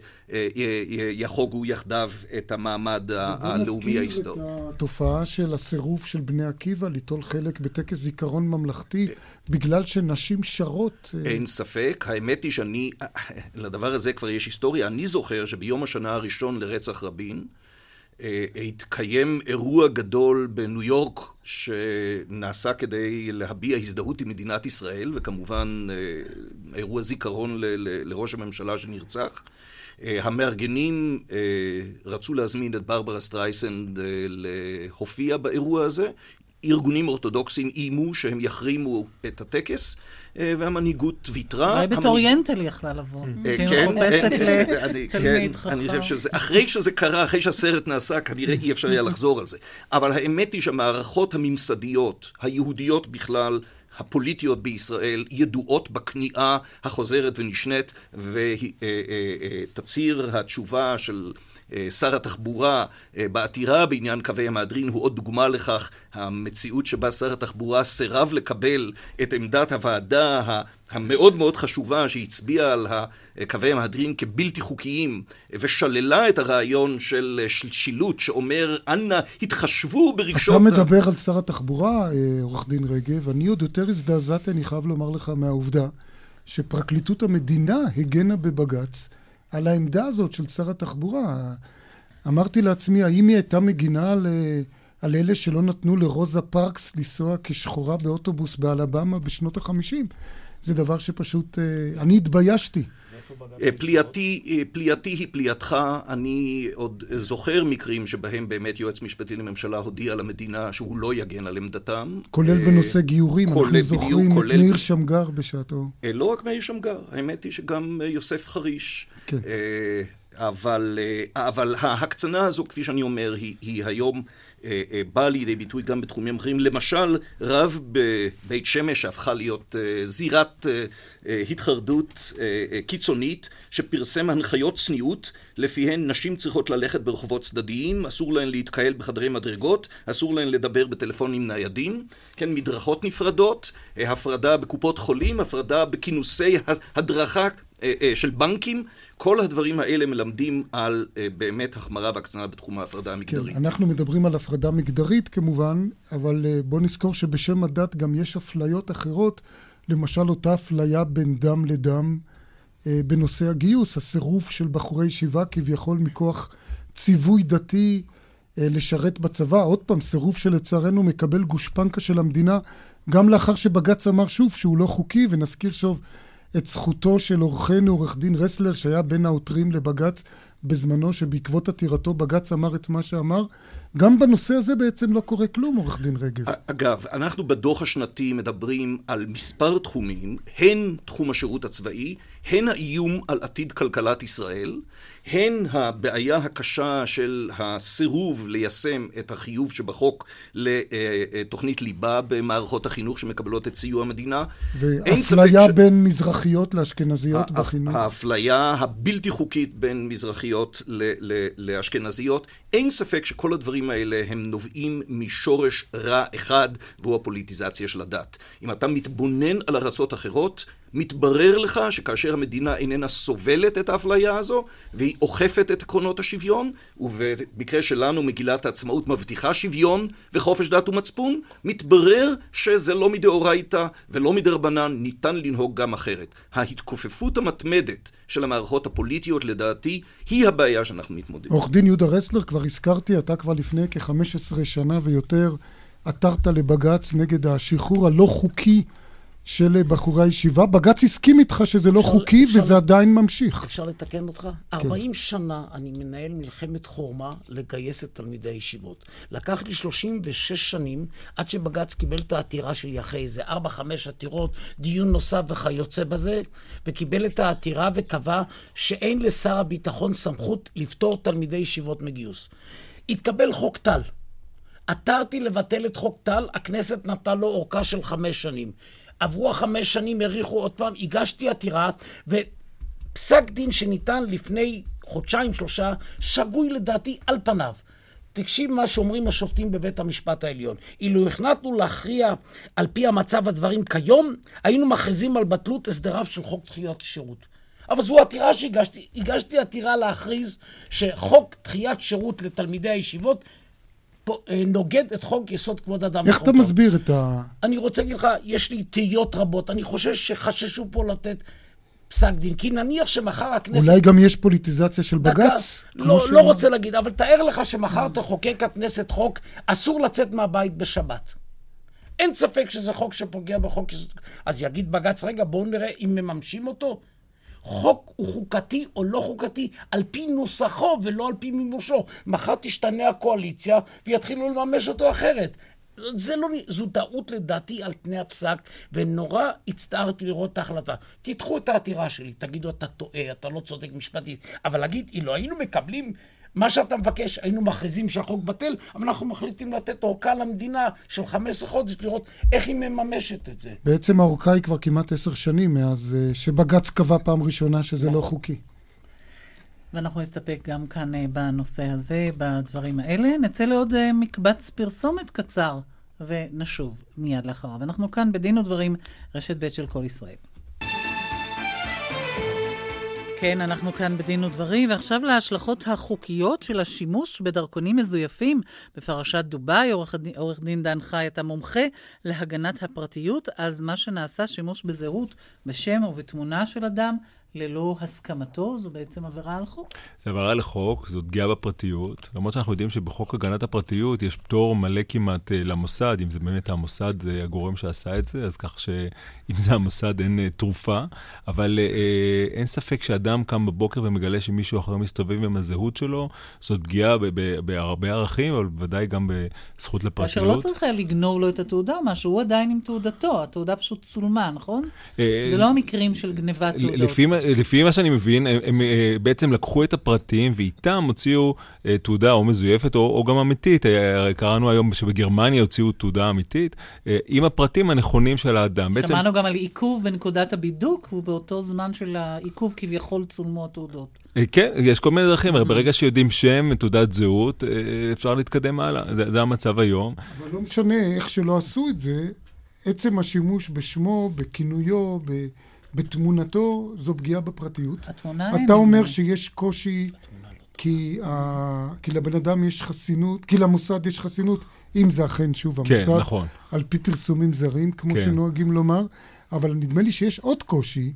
יחוגו יחדיו את המעמד הלאומי ההיסטורי. בוא נזכיר את התופעה של הסירוב של בני עקיבא ליטול חלק בטקס זיכרון ממלכתי בגלל שנשים שרות. אין ספק, האמת היא שאני, לדבר הזה כבר יש היסטוריה, אני זוכר שביום השנה הראשון לרצח רבין, התקיים אירוע גדול בניו יורק שנעשה כדי להביע הזדהות עם מדינת ישראל, וכמובן אירוע זיכרון ל- ל- לראש הממשלה שנרצח. המארגנים רצו להזמין את ברברה סטרייסנד להופיע באירוע הזה. ארגונים אורתודוקסים איימו שהם יחרימו את הטקס, והמנהיגות ויתרה. אולי בתור ינטל יכלה לבוא. כן, אני חושב שזה, אחרי שזה קרה, אחרי שהסרט נעשה, כנראה אי אפשר היה לחזור על זה. אבל האמת היא שהמערכות הממסדיות, היהודיות בכלל, הפוליטיות בישראל, ידועות בכניעה החוזרת ונשנית, ותציר התשובה של שר התחבורה בעתירה בעניין קווי המהדרין הוא עוד דוגמה לכך. המציאות שבה שר התחבורה סירב לקבל את עמדת הוועדה המאוד מאוד חשובה שהצביעה על קווי המהדרין כבלתי חוקיים ושללה את הרעיון של שילוט שאומר אנא התחשבו ברגשות... אתה מדבר על שר התחבורה, עורך דין רגב, אני עוד יותר הזדעזעתי, אני חייב לומר לך מהעובדה שפרקליטות המדינה הגנה בבג"ץ על העמדה הזאת של שר התחבורה. אמרתי לעצמי, האם היא הייתה מגינה על, על אלה שלא נתנו לרוזה פארקס לנסוע כשחורה באוטובוס באלבמה בשנות החמישים? זה דבר שפשוט, אני התביישתי. פליאתי, פליאתי היא פליאתך. אני עוד זוכר מקרים שבהם באמת יועץ משפטי לממשלה הודיע למדינה שהוא לא יגן על עמדתם. כולל בנושא גיורים, אנחנו זוכרים את מאיר שמגר בשעתו. לא רק מאיר שמגר, האמת היא שגם יוסף חריש. כן. אבל, אבל ההקצנה הזו, כפי שאני אומר, היא, היא היום באה לידי ביטוי גם בתחומים אחרים. למשל, רב בבית שמש שהפכה להיות זירת התחרדות קיצונית, שפרסם הנחיות צניעות, לפיהן נשים צריכות ללכת ברחובות צדדיים, אסור להן להתקהל בחדרי מדרגות, אסור להן לדבר בטלפונים ניידים, כן, מדרכות נפרדות, הפרדה בקופות חולים, הפרדה בכינוסי הדרכה של בנקים. כל הדברים האלה מלמדים על באמת החמרה והקצנה בתחום ההפרדה המגדרית. כן, אנחנו מדברים על הפרדה מגדרית כמובן, אבל בוא נזכור שבשם הדת גם יש אפליות אחרות, למשל אותה אפליה בין דם לדם בנושא הגיוס, הסירוב של בחורי ישיבה כביכול מכוח ציווי דתי לשרת בצבא. עוד פעם, סירוב שלצערנו מקבל גושפנקה של המדינה, גם לאחר שבג"ץ אמר שוב שהוא לא חוקי, ונזכיר שוב את זכותו של עורכנו עורך דין רסלר, שהיה בין העותרים לבג"ץ בזמנו, שבעקבות עתירתו בג"ץ אמר את מה שאמר. גם בנושא הזה בעצם לא קורה כלום, עורך דין רגב. אגב, אנחנו בדוח השנתי מדברים על מספר תחומים, הן תחום השירות הצבאי, הן האיום על עתיד כלכלת ישראל, הן הבעיה הקשה של הסירוב ליישם את החיוב שבחוק לתוכנית ליבה במערכות החינוך שמקבלות את סיוע המדינה. ואפליה ש... בין מזרחיות לאשכנזיות בחינוך. האפליה הבלתי חוקית בין מזרחיות ל- ל- לאשכנזיות. אין ספק שכל הדברים האלה הם נובעים משורש רע אחד, והוא הפוליטיזציה של הדת. אם אתה מתבונן על ארצות אחרות, מתברר לך שכאשר המדינה איננה סובלת את האפליה הזו, והיא אוכפת את עקרונות השוויון, ובמקרה שלנו מגילת העצמאות מבטיחה שוויון וחופש דת ומצפון, מתברר שזה לא מדאורייתא ולא מדרבנן, ניתן לנהוג גם אחרת. ההתכופפות המתמדת של המערכות הפוליטיות, לדעתי, היא הבעיה שאנחנו מתמודדים. עורך דין יהודה רסלר, כבר הזכרתי, אתה כבר לפני כ-חמש עשרה שנה ויותר עתרת לבג"ץ נגד השחרור הלא חוקי של בחורי הישיבה. בג"ץ הסכים איתך שזה לא אפשר, חוקי אפשר, וזה עדיין ממשיך. אפשר לתקן אותך? כן. ארבעים שנה אני מנהל מלחמת חורמה לגייס את תלמידי הישיבות. לקח לי שלושים ושש שנים עד שבג"ץ קיבל את העתירה שלי אחרי איזה ארבע חמש עתירות, דיון נוסף וכיוצא בזה, וקיבל את העתירה וקבע שאין לשר הביטחון סמכות לפטור תלמידי ישיבות מגיוס. התקבל חוק טל. עתרתי לבטל את חוק טל, הכנסת נתנה לו אורכה של חמש שנים. עברו החמש שנים, הריחו עוד פעם, הגשתי עתירה, ופסק דין שניתן לפני חודשיים שלושה, שגוי לדעתי על פניו. תקשיב מה שאומרים השופטים בבית המשפט העליון. אילו החלטנו להכריע על פי המצב הדברים כיום, היינו מכריזים על בטלות הסדריו של חוק דחיית שירות. אבל זו עתירה שהגשתי, הגשתי עתירה להכריז שחוק דחיית שירות לתלמידי הישיבות נוגד את חוק יסוד כבוד אדם. איך אתה מסביר את ה... אני רוצה להגיד לך, יש לי תהיות רבות. אני חושב שחששו פה לתת פסק דין. כי נניח שמחר הכנסת... אולי גם יש פוליטיזציה של בג"ץ? לא, לא רוצה להגיד, אבל תאר לך שמחר תחוקק הכנסת חוק, אסור לצאת מהבית בשבת. אין ספק שזה חוק שפוגע בחוק יסוד. אז יגיד בג"ץ, רגע, בואו נראה אם מממשים אותו. חוק הוא חוקתי או לא חוקתי על פי נוסחו ולא על פי מימושו. מחר תשתנה הקואליציה ויתחילו לממש אותו אחרת. זה לא, זו טעות לדעתי על תנאי הפסק, ונורא הצטערתי לראות את ההחלטה. תדחו את העתירה שלי, תגידו אתה טועה, אתה לא צודק משפטית, אבל להגיד, אילו היינו מקבלים מה שאתה מבקש, היינו מכריזים שהחוק בטל, אבל אנחנו מחליטים לתת אורכה למדינה של חמישה עשר חודש לראות איך היא מממשת את זה. בעצם האורכה היא כבר כמעט עשר שנים מאז שבג"ץ קבע פעם ראשונה שזה לא חוקי. ואנחנו נסתפק גם כאן בנושא הזה, בדברים האלה. נצא לעוד מקבץ פרסומת קצר ונשוב מיד לאחריו. אנחנו כאן בדין ודברים, רשת ב' של כל ישראל. כן, אנחנו כאן בדין ודברים, ועכשיו להשלכות החוקיות של השימוש בדרכונים מזויפים בפרשת דובאי. עורך, עורך דין דן חי, אתה מומחה להגנת הפרטיות, אז מה שנעשה שימוש בזהות בשם ובתמונה של אדם ללא הסכמתו, זו בעצם עבירה על חוק? זה עבירה על חוק, זו פגיעה בפרטיות. למרות שאנחנו יודעים שבחוק הגנת הפרטיות יש פטור מלא כמעט למוסד, אם זה באמת המוסד, זה הגורם שעשה את זה, אז כך שאם זה המוסד אין תרופה, אבל אה, אין ספק שאדם קם בבוקר ומגלה שמישהו אחר מסתובב עם הזהות שלו, זאת פגיעה ב- ב- בהרבה ערכים, אבל ודאי גם בזכות לפרטיות. כאשר לא צריך לגנוב לו את התעודה, משהו, הוא עדיין עם תעודתו, התעודה פשוט צולמה, נכון? אה, זה לא המקרים של גנבת תעודות. לפי, לפי מה שאני מבין, הם, הם בעצם לקחו את הפרטים ואיתם הוציאו תעודה או מזויפת או, או גם אמיתית. קראנו היום שבגרמניה הוציאו תעודה אמיתית, עם הפרטים הנכונים של האדם. שמענו בעצם... גם על עיכוב בנקודת הבידוק, ובאותו זמן של העיכוב כביכול צולמו התעודות. כן, יש כל מיני דרכים, ברגע שיודעים שם, תעודת זהות, אפשר להתקדם הלאה. זה, זה המצב היום. אבל לא משנה איך שלא עשו את זה, עצם השימוש בשמו, בכינויו, ב... בתמונתו, זו פגיעה בפרטיות. התמונה אין. אתה אומר שיש קושי, כי, ה... כי לבן אדם יש חסינות, כי למוסד יש חסינות, אם זה אכן שוב המוסד, כן, נכון. על פי פרסומים זרים, כמו כן. שנוהגים לומר, אבל נדמה לי שיש עוד קושי,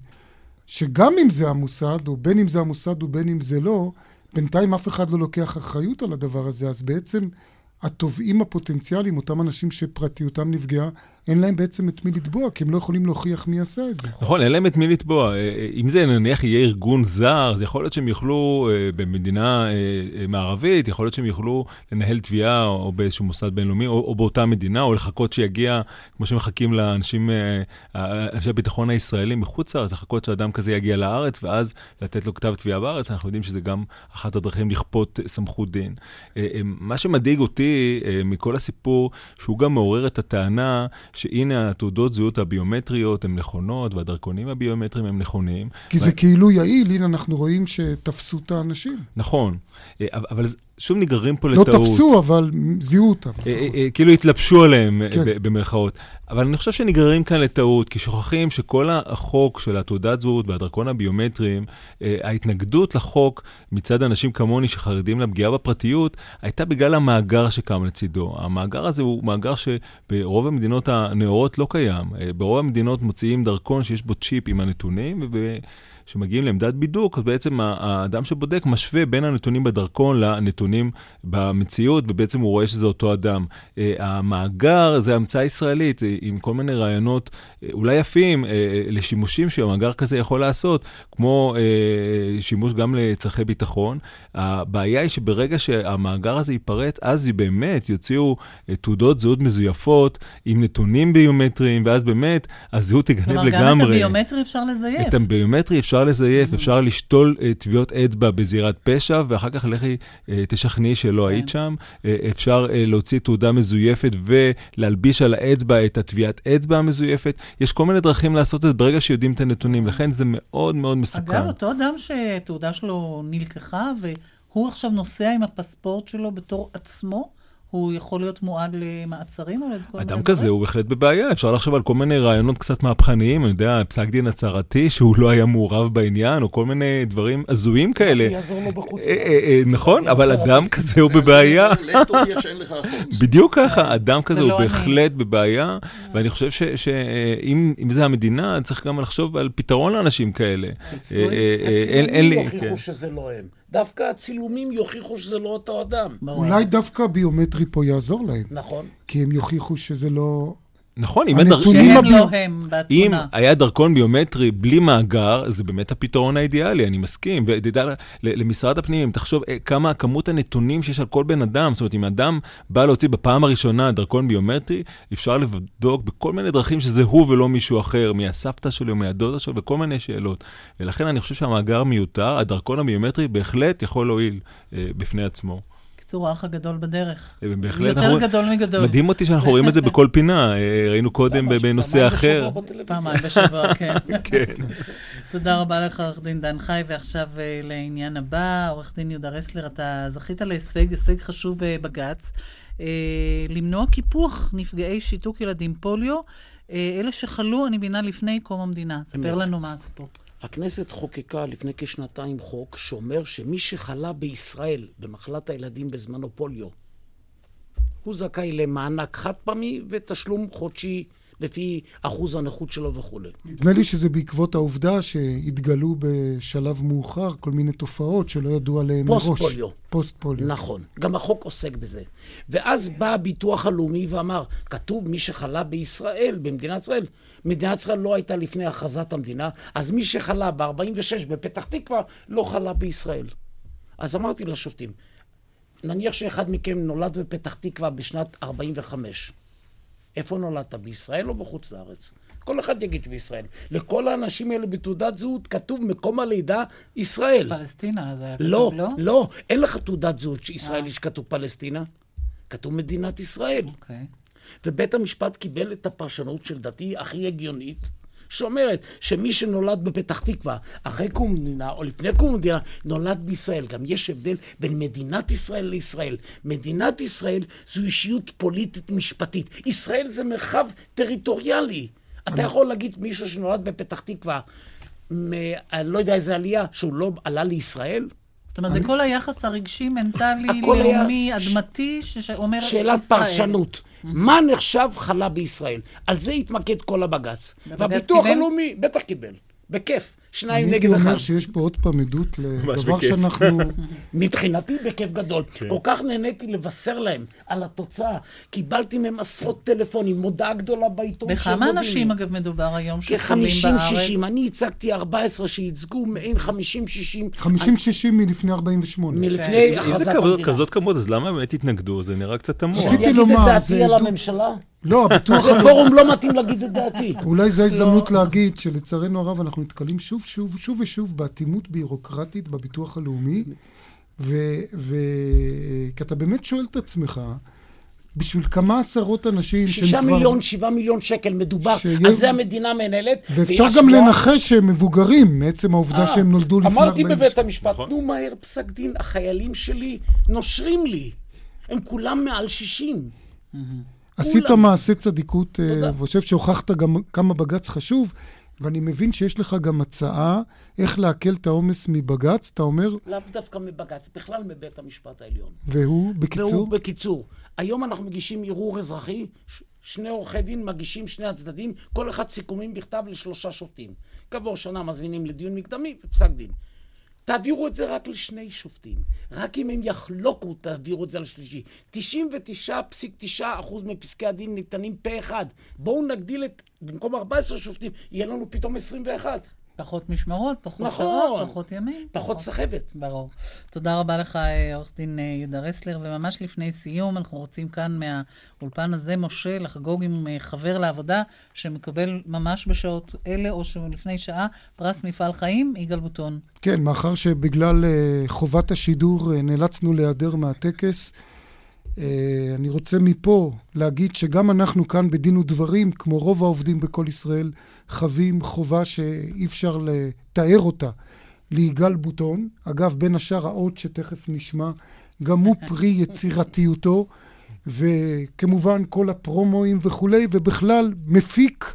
שגם אם זה המוסד, או בין אם זה המוסד ובין אם זה לא, בינתיים אף אחד לא לוקח אחריות על הדבר הזה, אז בעצם התובעים הפוטנציאליים, אותם אנשים שפרטיותם נפגעה, אין להם בעצם את מי לתבוע, כי הם לא יכולים להוכיח מי עשה את זה. נכון, אין להם את מי לתבוע. אם זה נניח יהיה ארגון זר, זה יכול להיות שהם יוכלו במדינה מערבית, יכול להיות שהם יוכלו לנהל תביעה או באיזשהו מוסד בינלאומי, או, או באותה מדינה, או לחכות שיגיע, כמו שמחכים לאנשים, אנשי הביטחון הישראלים מחוץ לארץ, לחכות שאדם כזה יגיע לארץ, ואז לתת לו כתב תביעה בארץ. אנחנו יודעים שזה גם אחת הדרכים לכפות סמכות דין. מה שמדאיג אותי מכל הסיפור, שהוא גם מעורר את הטענה שהנה התעודות זהות הביומטריות הן נכונות, והדרכונים הביומטריים הם נכונים. כי זה כאילו יעיל, הנה אנחנו רואים שתפסו את האנשים. נכון, אבל שוב נגררים פה לטעות. לא תפסו, אבל זיהו אותם. כאילו התלבשו עליהם במרכאות. אבל אני חושב שנגררים כאן לטעות, כי שוכחים שכל החוק של התעודת זהות והדרכון הביומטריים, ההתנגדות לחוק מצד אנשים כמוני שחרדים לפגיעה בפרטיות, הייתה בגלל המאגר שקם לצידו. המאגר הזה הוא מאגר שברוב המדינות הנאורות לא קיים. ברוב המדינות מוציאים דרכון שיש בו צ'יפ עם הנתונים, וב... שמגיעים לעמדת בידוק, אז בעצם האדם שבודק משווה בין הנתונים בדרכון לנתונים במציאות, ובעצם הוא רואה שזה אותו אדם. המאגר זה המצאה ישראלית, עם כל מיני רעיונות אולי יפים לשימושים שהמאגר כזה יכול לעשות, כמו שימוש גם לצרכי ביטחון. הבעיה היא שברגע שהמאגר הזה ייפרץ, אז באמת יוציאו תעודות זהות מזויפות עם נתונים ביומטריים, ואז באמת הזהות תגנב לגמרי. כלומר, גם את הביומטרי אפשר לזייף. את הביומטרי אפשר לזייף, אפשר לשתול טביעות אצבע בזירת פשע, ואחר כך לכי תשכנעי שלא היית שם. אפשר להוציא תעודה מזויפת ולהלביש על האצבע את הטביעת אצבע המזויפת. יש כל מיני דרכים לעשות את זה ברגע שיודעים את הנתונים, לכן זה מאוד מאוד מסוכן. אגב, אותו אדם שתעודה שלו נלקחה, והוא עכשיו נוסע עם הפספורט שלו בתור עצמו, הוא יכול להיות מועד למעצרים או לדכל אדם כזה הוא בהחלט בבעיה. אפשר לחשוב על כל מיני רעיונות קצת מהפכניים, אני יודע, פסק דין הצהרתי שהוא לא היה מעורב בעניין, או כל מיני דברים הזויים כאלה. זה יעזור לו בחוץ. נכון, אבל אדם כזה הוא בבעיה. בדיוק ככה, אדם כזה הוא בהחלט בבעיה, ואני חושב שאם זה המדינה, צריך גם לחשוב על פתרון לאנשים כאלה. הצילומים יוכיחו שזה לא הם. דווקא הצילומים יוכיחו שזה לא אותו אדם. אולי דווקא הביומטרי פה יעזור להם. נכון. כי הם יוכיחו שזה לא... נכון, אם שהם לא הם בתמונה. אם היה דרכון ביומטרי בלי מאגר, זה באמת הפתרון האידיאלי, אני מסכים. ודע, למשרד הפנים, תחשוב כמה כמות הנתונים שיש על כל בן אדם, זאת אומרת, אם אדם בא להוציא בפעם הראשונה דרכון ביומטרי, אפשר לבדוק בכל מיני דרכים שזה הוא ולא מישהו אחר, מהסבתא שלו, מהדודה שלו, וכל מיני שאלות. ולכן אני חושב שהמאגר מיותר, הדרכון הביומטרי בהחלט יכול להועיל אה, בפני עצמו. קיצור, האח הגדול בדרך. בהחלט. יותר גדול מגדול. מדהים אותי שאנחנו רואים את זה בכל פינה. ראינו קודם בנושא אחר. פעמיים בשבוע, כן. תודה רבה לך, עורך דין דן חי, ועכשיו לעניין הבא, עורך דין יהודה רסלר, אתה זכית להישג, הישג חשוב בבג"ץ, למנוע קיפוח נפגעי שיתוק ילדים פוליו, אלה שחלו, אני בינה, לפני קום המדינה. ספר לנו מה הסיפור. הכנסת חוקקה לפני כשנתיים חוק שאומר שמי שחלה בישראל במחלת הילדים בזמנו פוליו, הוא זכאי למענק חד פעמי ותשלום חודשי לפי אחוז הנכות שלו וכו'. נדמה לי שזה בעקבות העובדה שהתגלו בשלב מאוחר כל מיני תופעות שלא ידעו עליהם מראש. פוסט פוליו. פוסט פוליו. נכון. גם החוק עוסק בזה. ואז בא הביטוח הלאומי ואמר, כתוב מי שחלה בישראל, במדינת ישראל, מדינת ישראל לא הייתה לפני הכרזת המדינה, אז מי שחלה ב-ארבעים ושש בפתח תקווה לא חלה בישראל. אז אמרתי לשופטים, נניח שאחד מכם נולד בפתח תקווה בשנת ארבעים וחמש. איפה נולדת? בישראל או בחוץ לארץ? כל אחד יגיד שבישראל. לכל האנשים האלה בתעודת זהות כתוב מקום הלידה ישראל. פלסטינה, זה היה כתוב, לא, לא? לא, אין לך תעודת זהות שישראלי שכתוב פלסטינה. כתוב מדינת ישראל. אוקיי. ובית המשפט קיבל את הפרשנות של דעתי הכי הגיונית, שאומרת שמי שנולד בפתח תקווה, אחרי קום המדינה או לפני קום המדינה, נולד בישראל. גם יש הבדל בין מדינת ישראל לישראל. מדינת ישראל זו אישיות פוליטית משפטית. ישראל זה מרחב טריטוריאלי. אתה יכול להגיד מישהו שנולד בפתח תקווה, אני לא יודע איזה עלייה, שהוא לא עלה לישראל? זאת אומרת, זה כל היחס הרגשי, מנטלי, הכל היה- לאומי, אדמתי, שאומר ישראל. שאלת פרשנות. מה נחשב חלה בישראל? על זה התמקד כל הבג"ץ. והבג"ץ והביטוח קיבל? הלאומי בטח קיבל. בכיף. שניים אני הייתי נגד אחד. אומר שיש פה עוד פעם עדות ממש לדבר בכיף. שאנחנו... מבחינתי בכיף גדול. כל כך נהניתי לבשר להם על התוצאה. קיבלתי מהם עשרות טלפונים, מודעה גדולה בעיתון. בכמה שמודיעים אנשים, לי. אגב, מדובר היום שחולים כ-חמישים בארץ? שישים. אני הצגתי ארבע עשרה שייצגו מעין חמישים שישים. חמישים שישים מלפני ארבעים ושמונה. מלפני אם הכרזת זה כזאת- המדינה. כזאת כמות, אז למה באמת התנגדו? זה נראה קצת תמוה. רציתי אני אגיד לומר, את דעתי זה על עדות- הממשלה. לא, הביטוח זה הלאומי... פורום לא מתאים להגיד את דעתי. אולי זו ההזדמנות להגיד שלצערנו הרב אנחנו נתקלים שוב שוב שוב ושוב באטימות בירוקרטית בביטוח הלאומי, כי אתה באמת שואל את עצמך, בשביל כמה עשרות אנשים שהם שישה כבר... מיליון, שבעה מיליון שקל מדובר, שיהיה- על זה המדינה מנהלת. ואפשר ויש גם לו- לנחש שהם מבוגרים, מעצם העובדה אה, שהם נולדו לפני אמרתי ארבעים בבית שנה. המשפט, נכון. תנו מהר פסק דין, החיילים שלי נושרים לי. הם כולם מעל שישים. עשית כולם. מעשה צדיקות, אה, תודה. ואני חושב שהוכחת גם כמה בג"ץ חשוב, ואני מבין שיש לך גם הצעה איך להקל את העומס מבג"ץ, אתה אומר, לאו דווקא מבג"ץ, בכלל מבית המשפט העליון. והוא, בקיצור, והוא בקיצור. היום אנחנו מגישים ערעור אזרחי, ש- שני עורכי דין מגישים שני הצדדים, כל אחד סיכומים בכתב לשלושה שופטים. כעבור שנה מזמינים לדיון מקדמי ופסק דין. תעבירו את זה רק לשני שופטים. רק אם הם יחלוקו, תעבירו את זה לשלישי. תשעים ותשע נקודה תשע אחוז מפסקי הדין ניתנים פה אחד. בואו נגדיל את, במקום ארבעה עשר שופטים, יהיה לנו פתאום עשרים ואחת. פחות משמרות, פחות נכון. שעות, פחות ימים. פחות סחבת. ברור. תודה רבה לך, אה, עורך דין אה, יהודה רסלר, וממש לפני סיום, אנחנו רוצים כאן מהאולפן הזה, משה, לחגוג עם אה, חבר לעבודה, שמקבל ממש בשעות אלה, או שלפני שעה, פרס מפעל חיים, יגאל בוטון. כן, מאחר שבגלל אה, חובת השידור אה, נאלצנו להיעדר מהטקס, אה, אני רוצה מפה להגיד שגם אנחנו כאן בדין ודברים, כמו רוב העובדים בכל ישראל, חווים חובה שאי אפשר לתאר אותה ליגאל בוטון. אגב, בין השאר האות שתכף נשמע, גם הוא פרי יצירתיותו, וכמובן כל הפרומואים וכולי, ובכלל מפיק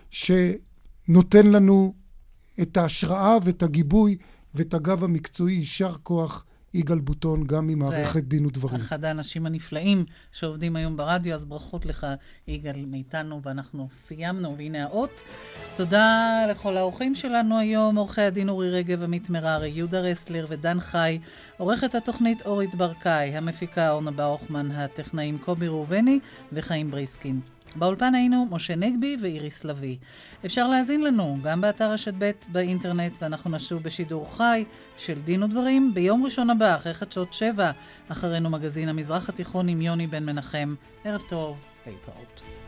שנותן לנו את ההשראה ואת הגיבוי ואת הגב המקצועי. יישר כוח יגאל בוטון, גם ממערכת דין ודברים. אחד האנשים הנפלאים שעובדים היום ברדיו, אז ברכות לך, יגאל, מאיתנו, ואנחנו סיימנו, והנה האות. תודה לכל האורחים שלנו היום, עורכי הדין אורי רגב, עמית מררי, יהודה רסלר ודן חי, עורכת התוכנית אורית ברקאי, המפיקה אורנה ברוכמן, הטכנאים קובי ראובני וחיים בריסקין. באולפן היינו משה נגבי ואיריס לוי. אפשר להזין לנו גם באתר רשת ב' באינטרנט, ואנחנו נשוב בשידור חי של דין ודברים ביום ראשון הבא, אחרי חדשות שבע, אחרינו מגזין המזרח התיכון עם יוני בן מנחם. ערב טוב, להתראות.